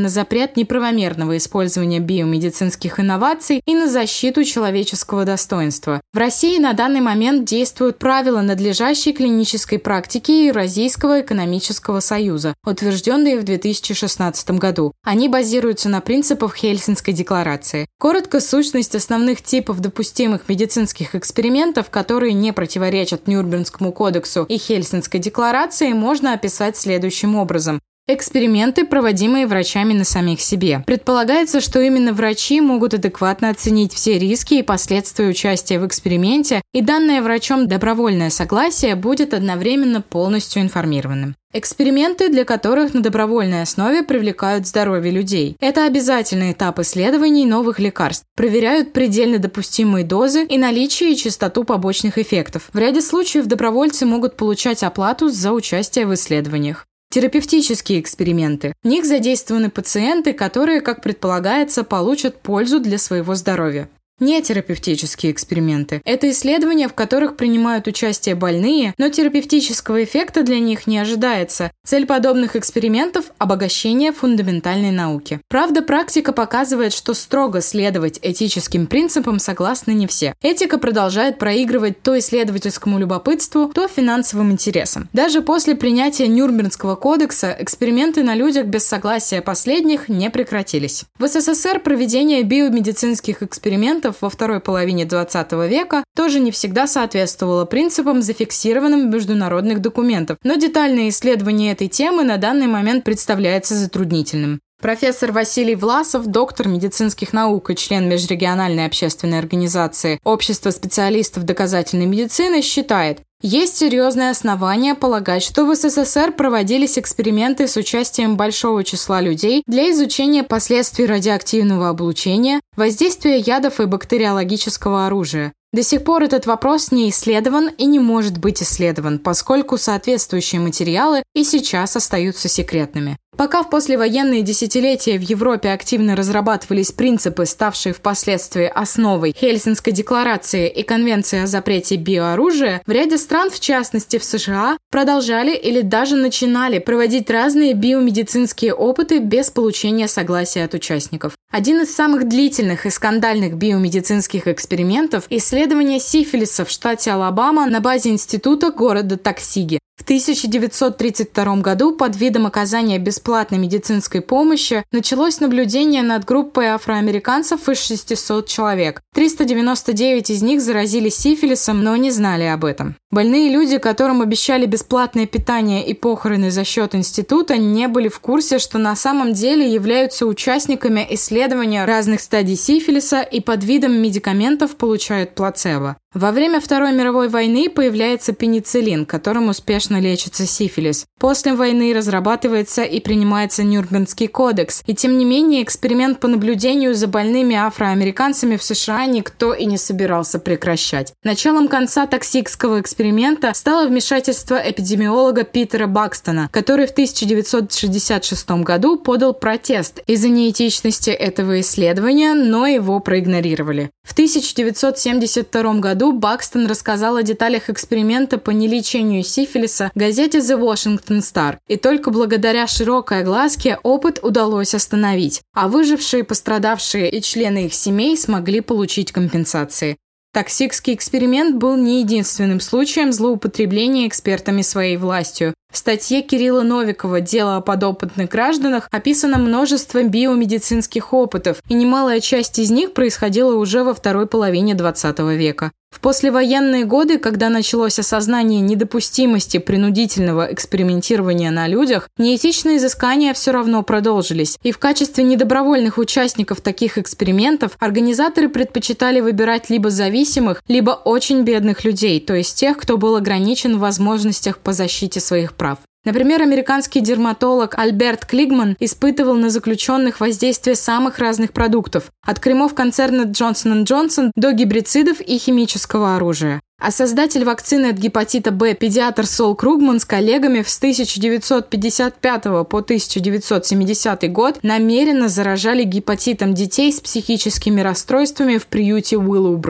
избежать неправомерного использования биомедицинских инноваций и на защиту человеческого достоинства. В России на данный момент действуют правила надлежащей клинической практики Евразийского экономического союза, утвержденные в две тысячи шестнадцатом году. Они базируются на принципах Хельсинской декларации. Коротко, сущность основных типов допустимых медицинских экспериментов, которые не противоречат Нюрнбергскому кодексу и Хельсинской декларации, можно описать следующим образом. Эксперименты, проводимые врачами на самих себе. Предполагается, что именно врачи могут адекватно оценить все риски и последствия участия в эксперименте, и данное врачом добровольное согласие будет одновременно полностью информированным. Эксперименты, для которых на добровольной основе привлекают здоровье людей. Это обязательный этап исследований новых лекарств. Проверяют предельно допустимые дозы и наличие и частоту побочных эффектов. В ряде случаев добровольцы могут получать оплату за участие в исследованиях. Терапевтические эксперименты. В них задействованы пациенты, которые, как предполагается, получат пользу для своего здоровья. Нетерапевтические эксперименты – это исследования, в которых принимают участие больные, но терапевтического эффекта для них не ожидается. Цель подобных экспериментов – обогащение фундаментальной науки. Правда, практика показывает, что строго следовать этическим принципам согласны не все. Этика продолжает проигрывать то исследовательскому любопытству, то финансовым интересам. Даже после принятия Нюрнбергского кодекса эксперименты на людях без согласия последних не прекратились. В СССР проведение биомедицинских экспериментов во второй половине двадцатого века тоже не всегда соответствовало принципам, зафиксированным в международных документах, но детальное исследование этой темы на данный момент представляется затруднительным. Профессор Василий Власов, доктор медицинских наук и член межрегиональной общественной организации Общество специалистов доказательной медицины, считает, есть серьезные основания полагать, что в СССР проводились эксперименты с участием большого числа людей для изучения последствий радиоактивного облучения, воздействия ядов и бактериологического оружия. До сих пор этот вопрос не исследован и не может быть исследован, поскольку соответствующие материалы и сейчас остаются секретными. Пока в послевоенные десятилетия в Европе активно разрабатывались принципы, ставшие впоследствии основой Хельсинской декларации и Конвенции о запрете биооружия, в ряде стран, в частности в США, продолжали или даже начинали проводить разные биомедицинские опыты без получения согласия от участников. Один из самых длительных и скандальных биомедицинских экспериментов – исследование сифилиса в штате Алабама на базе института города Токсиги. В тысяча девятьсот тридцать втором году под видом оказания бесплатной медицинской помощи началось наблюдение над группой афроамериканцев из шестисот человек. триста девяносто девять из них заразились сифилисом, но не знали об этом. Больные люди, которым обещали бесплатное питание и похороны за счет института, не были в курсе, что на самом деле являются участниками исследования разных стадий сифилиса и под видом медикаментов получают плацебо. Во время Второй мировой войны появляется пенициллин, которым успешно лечится сифилис. После войны разрабатывается и принимается Нюрнбергский кодекс, и тем не менее эксперимент по наблюдению за больными афроамериканцами в США никто и не собирался прекращать. Началом конца токсикского эксперимента стало вмешательство эпидемиолога Питера Бакстона, который в тысяча девятьсот шестьдесят шестом году подал протест из-за неэтичности этого исследования, но его проигнорировали. В тысяча девятьсот семьдесят втором году Бакстон рассказал о деталях эксперимента по нелечению сифилиса газете The Washington Star, и только благодаря широкой огласке опыт удалось остановить, а выжившие, пострадавшие и члены их семей смогли получить компенсации. Токсикский эксперимент был не единственным случаем злоупотребления экспертами своей властью. В статье Кирилла Новикова «Дело о подопытных гражданах» описано множество биомедицинских опытов, и немалая часть из них происходила уже во второй половине двадцатого века. В послевоенные годы, когда началось осознание недопустимости принудительного экспериментирования на людях, неэтичные изыскания все равно продолжились, и в качестве недобровольных участников таких экспериментов организаторы предпочитали выбирать либо зависимых, либо очень бедных людей, то есть тех, кто был ограничен в возможностях по защите своих прав. Например, американский дерматолог Альберт Клигман испытывал на заключенных воздействие самых разных продуктов, от кремов концерна Джонсон энд Джонсон до гербицидов и химического оружия. А создатель вакцины от гепатита Б, педиатр Сол Кругман с коллегами с тысяча девятьсот пятьдесят пятого по тысяча девятьсот семидесятый год намеренно заражали гепатитом детей с психическими расстройствами в приюте Уиллоубрук.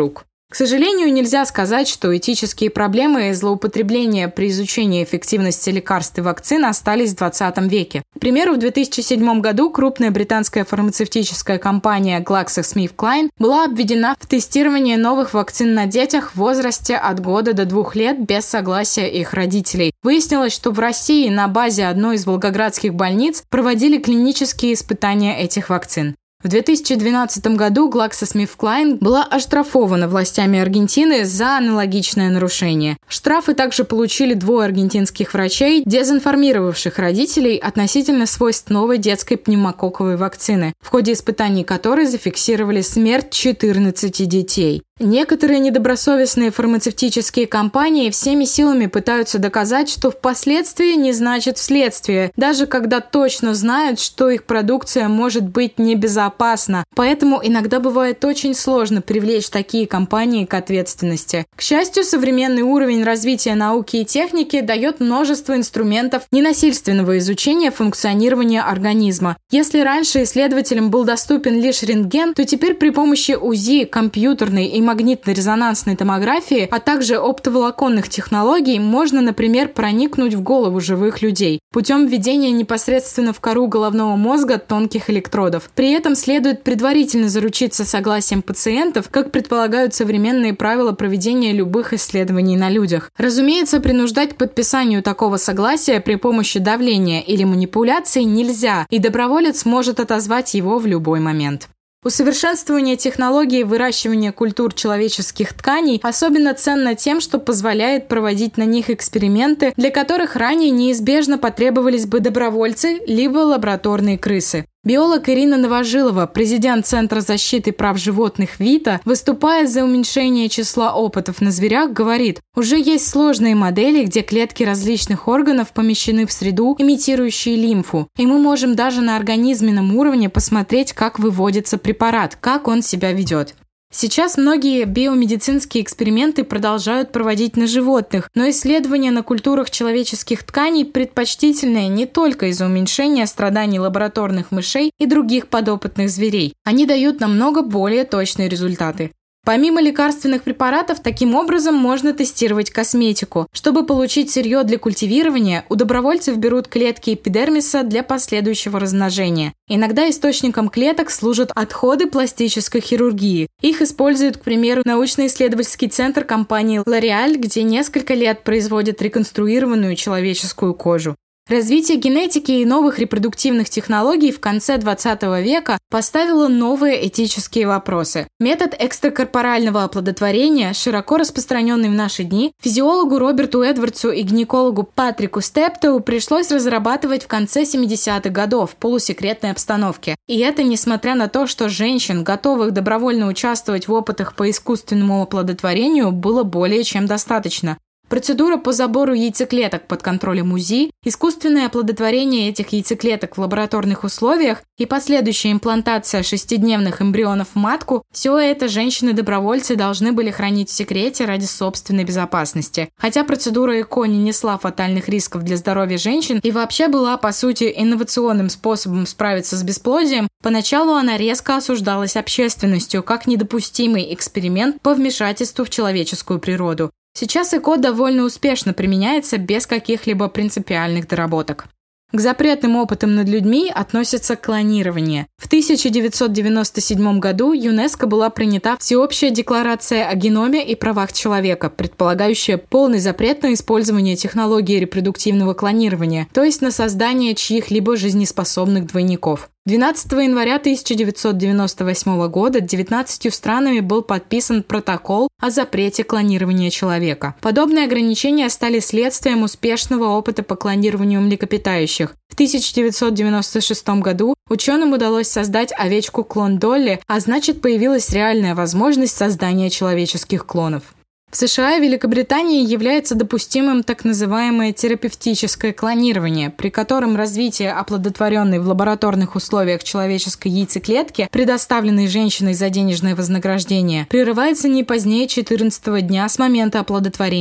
К сожалению, нельзя сказать, что этические проблемы и злоупотребления при изучении эффективности лекарств и вакцин остались в двадцатом веке. К примеру, в две тысячи седьмом году крупная британская фармацевтическая компания GlaxoSmithKline была обведена в тестировании новых вакцин на детях в возрасте от года до двух лет без согласия их родителей. Выяснилось, что в России на базе одной из волгоградских больниц проводили клинические испытания этих вакцин. В две тысячи двенадцатом году GlaxoSmithKline была оштрафована властями Аргентины за аналогичное нарушение. Штрафы также получили двое аргентинских врачей, дезинформировавших родителей относительно свойств новой детской пневмококковой вакцины, в ходе испытаний которой зафиксировали смерть четырнадцати детей. Некоторые недобросовестные фармацевтические компании всеми силами пытаются доказать, что впоследствии не значит вследствие, даже когда точно знают, что их продукция может быть небезопасна. Поэтому иногда бывает очень сложно привлечь такие компании к ответственности. К счастью, современный уровень развития науки и техники дает множество инструментов ненасильственного изучения функционирования организма. Если раньше исследователям был доступен лишь рентген, то теперь при помощи УЗИ, компьютерной и магнитно-резонансной томографии, а также оптоволоконных технологий можно, например, проникнуть в голову живых людей путем введения непосредственно в кору головного мозга тонких электродов. При этом следует предварительно заручиться согласием пациентов, как предполагают современные правила проведения любых исследований на людях. Разумеется, принуждать к подписанию такого согласия при помощи давления или манипуляций нельзя, и доброволец может отозвать его в любой момент. Усовершенствование технологии выращивания культур человеческих тканей особенно ценно тем, что позволяет проводить на них эксперименты, для которых ранее неизбежно потребовались бы добровольцы либо лабораторные крысы. Биолог Ирина Новожилова, президент Центра защиты прав животных ВИТА, выступая за уменьшение числа опытов на зверях, говорит: уже есть сложные модели, где клетки различных органов помещены в среду, имитирующие лимфу, и мы можем даже на организменном уровне посмотреть, как выводится препарат, как он себя ведет. Сейчас многие биомедицинские эксперименты продолжают проводить на животных, но исследования на культурах человеческих тканей предпочтительные не только из-за уменьшения страданий лабораторных мышей и других подопытных зверей. Они дают намного более точные результаты. Помимо лекарственных препаратов, таким образом можно тестировать косметику. Чтобы получить сырье для культивирования, у добровольцев берут клетки эпидермиса для последующего размножения. Иногда источником клеток служат отходы пластической хирургии. Их используют, к примеру, научно-исследовательский центр компании L'Oréal, где несколько лет производят реконструированную человеческую кожу. Развитие генетики и новых репродуктивных технологий в конце двадцатого века поставило новые этические вопросы. Метод экстракорпорального оплодотворения, широко распространенный в наши дни, физиологу Роберту Эдвардсу и гинекологу Патрику Стептоу пришлось разрабатывать в конце семидесятых годов в полусекретной обстановке. И это несмотря на то, что женщин, готовых добровольно участвовать в опытах по искусственному оплодотворению, было более чем достаточно. Процедура по забору яйцеклеток под контролем УЗИ, искусственное оплодотворение этих яйцеклеток в лабораторных условиях и последующая имплантация шестидневных эмбрионов в матку – все это женщины-добровольцы должны были хранить в секрете ради собственной безопасности. Хотя процедура ЭКО не несла фатальных рисков для здоровья женщин и вообще была, по сути, инновационным способом справиться с бесплодием, поначалу она резко осуждалась общественностью как недопустимый эксперимент по вмешательству в человеческую природу. Сейчас ЭКО довольно успешно применяется без каких-либо принципиальных доработок. К запретным опытам над людьми относится клонирование. В тысяча девятьсот девяносто седьмом году ЮНЕСКО была принята Всеобщая декларация о геноме и правах человека, предполагающая полный запрет на использование технологии репродуктивного клонирования, то есть на создание чьих-либо жизнеспособных двойников. двенадцатого января тысяча девятьсот девяносто восьмого года девятнадцатью странами был подписан протокол о запрете клонирования человека. Подобные ограничения стали следствием успешного опыта по клонированию млекопитающих. В тысяча девятьсот девяносто шестом году ученым удалось создать овечку-клон Долли, а значит, появилась реальная возможность создания человеческих клонов. В США и Великобритании является допустимым так называемое терапевтическое клонирование, при котором развитие оплодотворенной в лабораторных условиях человеческой яйцеклетки, предоставленной женщиной за денежное вознаграждение, прерывается не позднее четырнадцатого дня с момента оплодотворения.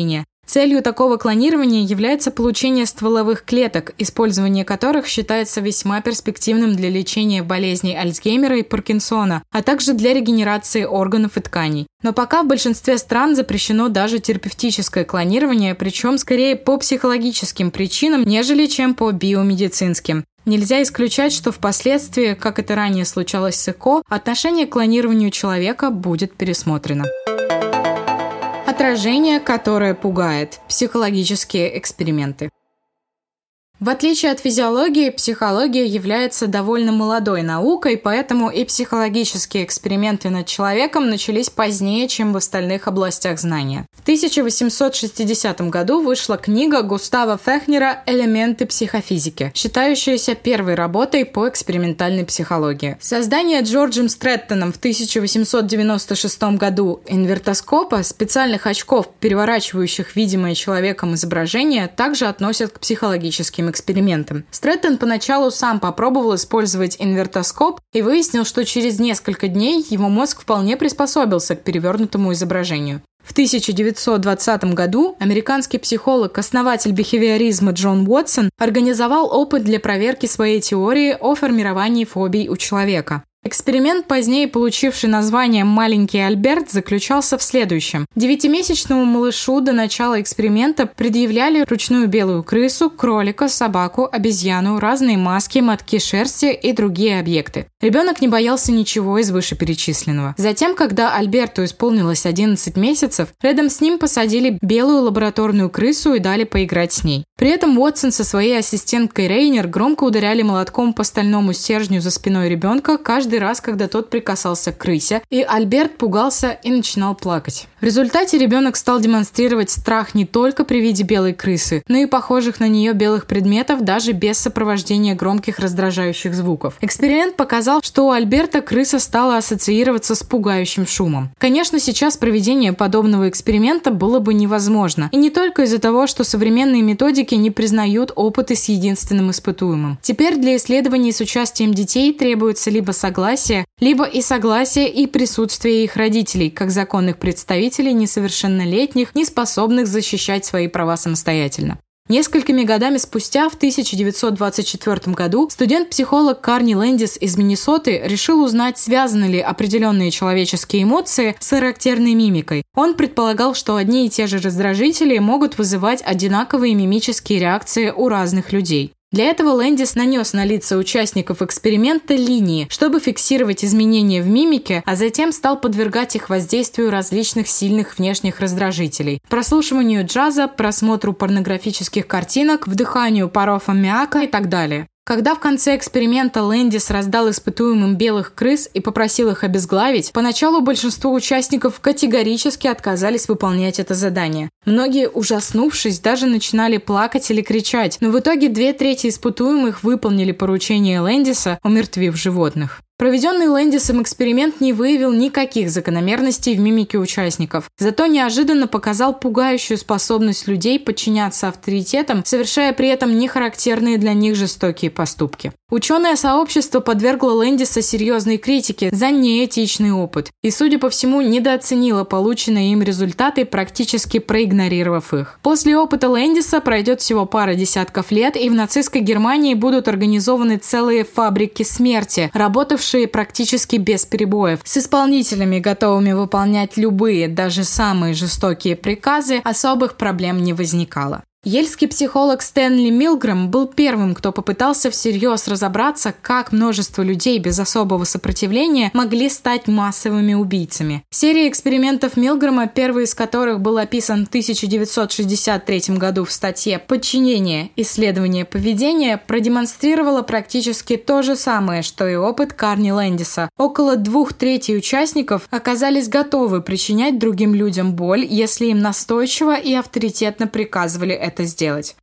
Целью такого клонирования является получение стволовых клеток, использование которых считается весьма перспективным для лечения болезней Альцгеймера и Паркинсона, а также для регенерации органов и тканей. Но пока в большинстве стран запрещено даже терапевтическое клонирование, причем скорее по психологическим причинам, нежели чем по биомедицинским. Нельзя исключать, что впоследствии, как это ранее случалось с ЭКО, отношение к клонированию человека будет пересмотрено. Отражение, которое пугает. Психологические эксперименты. В отличие от физиологии, психология является довольно молодой наукой, поэтому и психологические эксперименты над человеком начались позднее, чем в остальных областях знания. В тысяча восемьсот шестидесятом году вышла книга Густава Фехнера «Элементы психофизики», считающаяся первой работой по экспериментальной психологии. Создание Джорджем Стрэттоном в тысяча восемьсот девяносто шестом году инвертоскопа, специальных очков, переворачивающих видимое человеком изображение, также относят к психологическим экспериментам. Стрэттон поначалу сам попробовал использовать инвертоскоп и выяснил, что через несколько дней его мозг вполне приспособился к перевернутому изображению. В тысяча девятьсот двадцатом году американский психолог, основатель бихевиоризма Джон Уотсон организовал опыт для проверки своей теории о формировании фобий у человека. Эксперимент, позднее получивший название «Маленький Альберт», заключался в следующем. Девятимесячному малышу до начала эксперимента предъявляли ручную белую крысу, кролика, собаку, обезьяну, разные маски, мотки шерсти и другие объекты. Ребенок не боялся ничего из вышеперечисленного. Затем, когда Альберту исполнилось одиннадцать месяцев, рядом с ним посадили белую лабораторную крысу и дали поиграть с ней. При этом Уотсон со своей ассистенткой Рейнер громко ударяли молотком по стальному стержню за спиной ребенка каждый раз, когда тот прикасался к крысе, и Альберт пугался и начинал плакать. В результате ребенок стал демонстрировать страх не только при виде белой крысы, но и похожих на нее белых предметов даже без сопровождения громких раздражающих звуков. Эксперимент показал, что у Альберта крыса стала ассоциироваться с пугающим шумом. Конечно, сейчас проведение подобного эксперимента было бы невозможно. И не только из-за того, что современные методики не признают опыты с единственным испытуемым. Теперь для исследований с участием детей требуется либо согласие, либо и согласие и присутствие их родителей, как законных представителей несовершеннолетних, не способных защищать свои права самостоятельно. Несколькими годами спустя, в тысяча девятьсот двадцать четвёртом году, студент-психолог Карни Лэндис из Миннесоты решил узнать, связаны ли определенные человеческие эмоции с характерной мимикой. Он предполагал, что одни и те же раздражители могут вызывать одинаковые мимические реакции у разных людей. Для этого Лэндис нанес на лица участников эксперимента линии, чтобы фиксировать изменения в мимике, а затем стал подвергать их воздействию различных сильных внешних раздражителей – прослушиванию джаза, просмотру порнографических картинок, вдыханию паров аммиака и так далее. Когда в конце эксперимента Лэндис раздал испытуемым белых крыс и попросил их обезглавить, поначалу большинство участников категорически отказались выполнять это задание. Многие, ужаснувшись, даже начинали плакать или кричать, но в итоге две трети испытуемых выполнили поручение Лэндиса, умертвив животных. Проведенный Лэндисом эксперимент не выявил никаких закономерностей в мимике участников, зато неожиданно показал пугающую способность людей подчиняться авторитетам, совершая при этом нехарактерные для них жестокие поступки. Ученое сообщество подвергло Лэндиса серьезной критике за неэтичный опыт и, судя по всему, недооценило полученные им результаты, практически проигнорировав их. После опыта Лэндиса пройдет всего пара десятков лет, и в нацистской Германии будут организованы целые фабрики смерти, работавшие практически без перебоев, с исполнителями, готовыми выполнять любые, даже самые жестокие приказы, особых проблем не возникало. Ельский психолог Стэнли Милгрэм был первым, кто попытался всерьез разобраться, как множество людей без особого сопротивления могли стать массовыми убийцами. Серия экспериментов Милгрэма, первый из которых был описан в тысяча девятьсот шестьдесят третьем году в статье «Подчинение. Исследование поведения», продемонстрировала практически то же самое, что и опыт Карни Лэндиса. Около двух третей участников оказались готовы причинять другим людям боль, если им настойчиво и авторитетно приказывали это это сделать.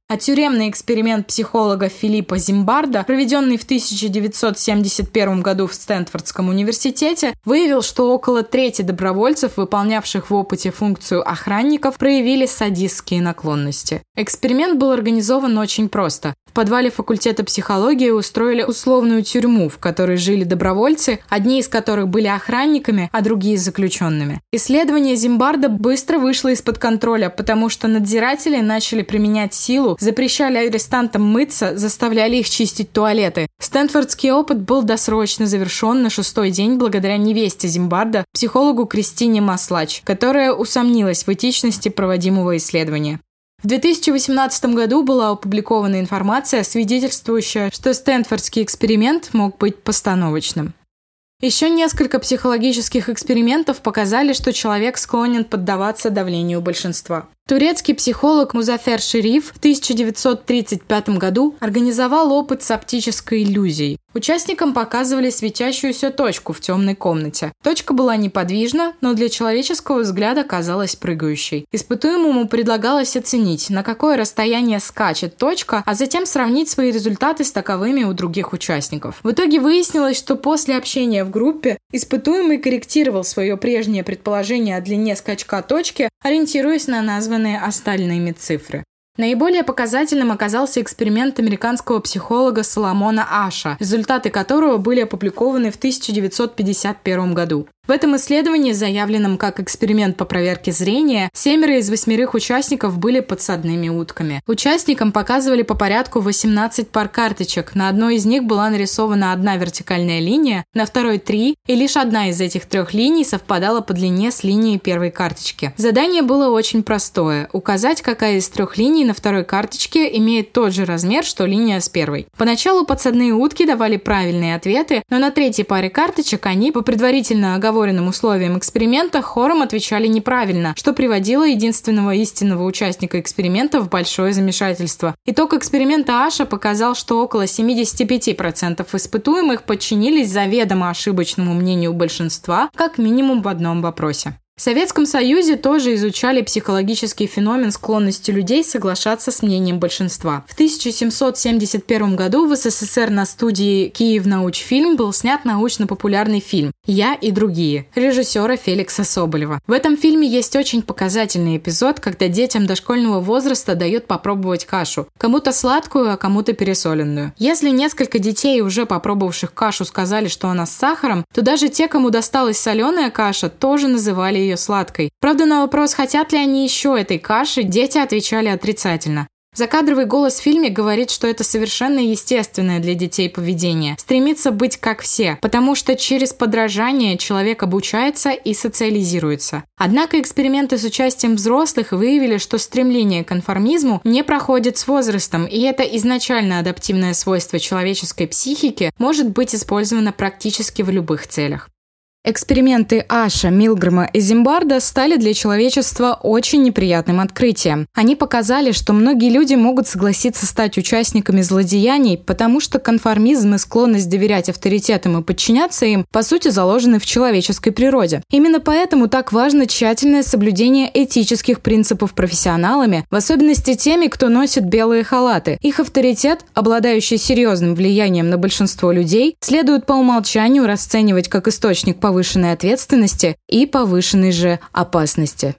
А тюремный эксперимент психолога Филиппа Зимбарда, проведенный в тысяча девятьсот семьдесят первом году в Стэнфордском университете, выявил, что около трети добровольцев, выполнявших в опыте функцию охранников, проявили садистские наклонности. Эксперимент был организован очень просто. В подвале факультета психологии устроили условную тюрьму, в которой жили добровольцы, одни из которых были охранниками, а другие заключенными. Исследование Зимбарда быстро вышло из-под контроля, потому что надзиратели начали применять силу, запрещали арестантам мыться, заставляли их чистить туалеты. Стэнфордский опыт был досрочно завершен на шестой день благодаря невесте Зимбарда, психологу Кристине Маслач, которая усомнилась в этичности проводимого исследования. В две тысячи восемнадцатом году была опубликована информация, свидетельствующая, что стэнфордский эксперимент мог быть постановочным. Еще несколько психологических экспериментов показали, что человек склонен поддаваться давлению большинства. Турецкий психолог Музафер Шериф в тысяча девятьсот тридцать пятом году организовал опыт с оптической иллюзией. Участникам показывали светящуюся точку в темной комнате. Точка была неподвижна, но для человеческого взгляда казалась прыгающей. Испытуемому предлагалось оценить, на какое расстояние скачет точка, а затем сравнить свои результаты с таковыми у других участников. В итоге выяснилось, что после общения в группе испытуемый корректировал свое прежнее предположение о длине скачка точки, ориентируясь на названные остальными цифры. Наиболее показательным оказался эксперимент американского психолога Соломона Аша, результаты которого были опубликованы в тысяча девятьсот пятьдесят первом году. В этом исследовании, заявленном как эксперимент по проверке зрения, семеро из восьмерых участников были подсадными утками. Участникам показывали по порядку восемнадцать пар карточек. На одной из них была нарисована одна вертикальная линия, на второй – три, и лишь одна из этих трех линий совпадала по длине с линией первой карточки. Задание было очень простое – указать, какая из трех линий на второй карточке имеет тот же размер, что линия с первой. Поначалу подсадные утки давали правильные ответы, но на третьей паре карточек они, по предварительно оговоренным условиям эксперимента, хором отвечали неправильно, что приводило единственного истинного участника эксперимента в большое замешательство. Итог эксперимента Аша показал, что около семьдесят пять процентов испытуемых подчинились заведомо ошибочному мнению большинства, как минимум в одном вопросе. В Советском Союзе тоже изучали психологический феномен склонности людей соглашаться с мнением большинства. В тысяча семьсот семьдесят первом году в СССР на студии «Киевнаучфильм» был снят научно-популярный фильм «Я и другие» режиссера Феликса Соболева. В этом фильме есть очень показательный эпизод, когда детям дошкольного возраста дают попробовать кашу. Кому-то сладкую, а кому-то пересоленную. Если несколько детей, уже попробовавших кашу, сказали, что она с сахаром, то даже те, кому досталась соленая каша, тоже называли ее ее сладкой. Правда, на вопрос, хотят ли они еще этой каши, дети отвечали отрицательно. Закадровый голос в фильме говорит, что это совершенно естественное для детей поведение – стремиться быть как все, потому что через подражание человек обучается и социализируется. Однако эксперименты с участием взрослых выявили, что стремление к конформизму не проходит с возрастом, и это изначально адаптивное свойство человеческой психики может быть использовано практически в любых целях. Эксперименты Аша, Милгрэма и Зимбарда стали для человечества очень неприятным открытием. Они показали, что многие люди могут согласиться стать участниками злодеяний, потому что конформизм и склонность доверять авторитетам и подчиняться им, по сути, заложены в человеческой природе. Именно поэтому так важно тщательное соблюдение этических принципов профессионалами, в особенности теми, кто носит белые халаты. Их авторитет, обладающий серьезным влиянием на большинство людей, следует по умолчанию расценивать как источник повышенной повышенной ответственности и повышенной же опасности.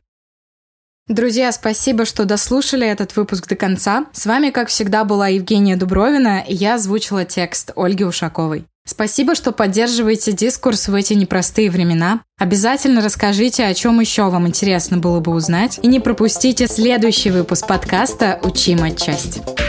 Друзья, спасибо, что дослушали этот выпуск до конца. С вами, как всегда, была Евгения Дубровина, и я озвучила текст Ольги Ушаковой. Спасибо, что поддерживаете дискурс в эти непростые времена. Обязательно расскажите, о чем еще вам интересно было бы узнать, и не пропустите следующий выпуск подкаста «Учим отчасти».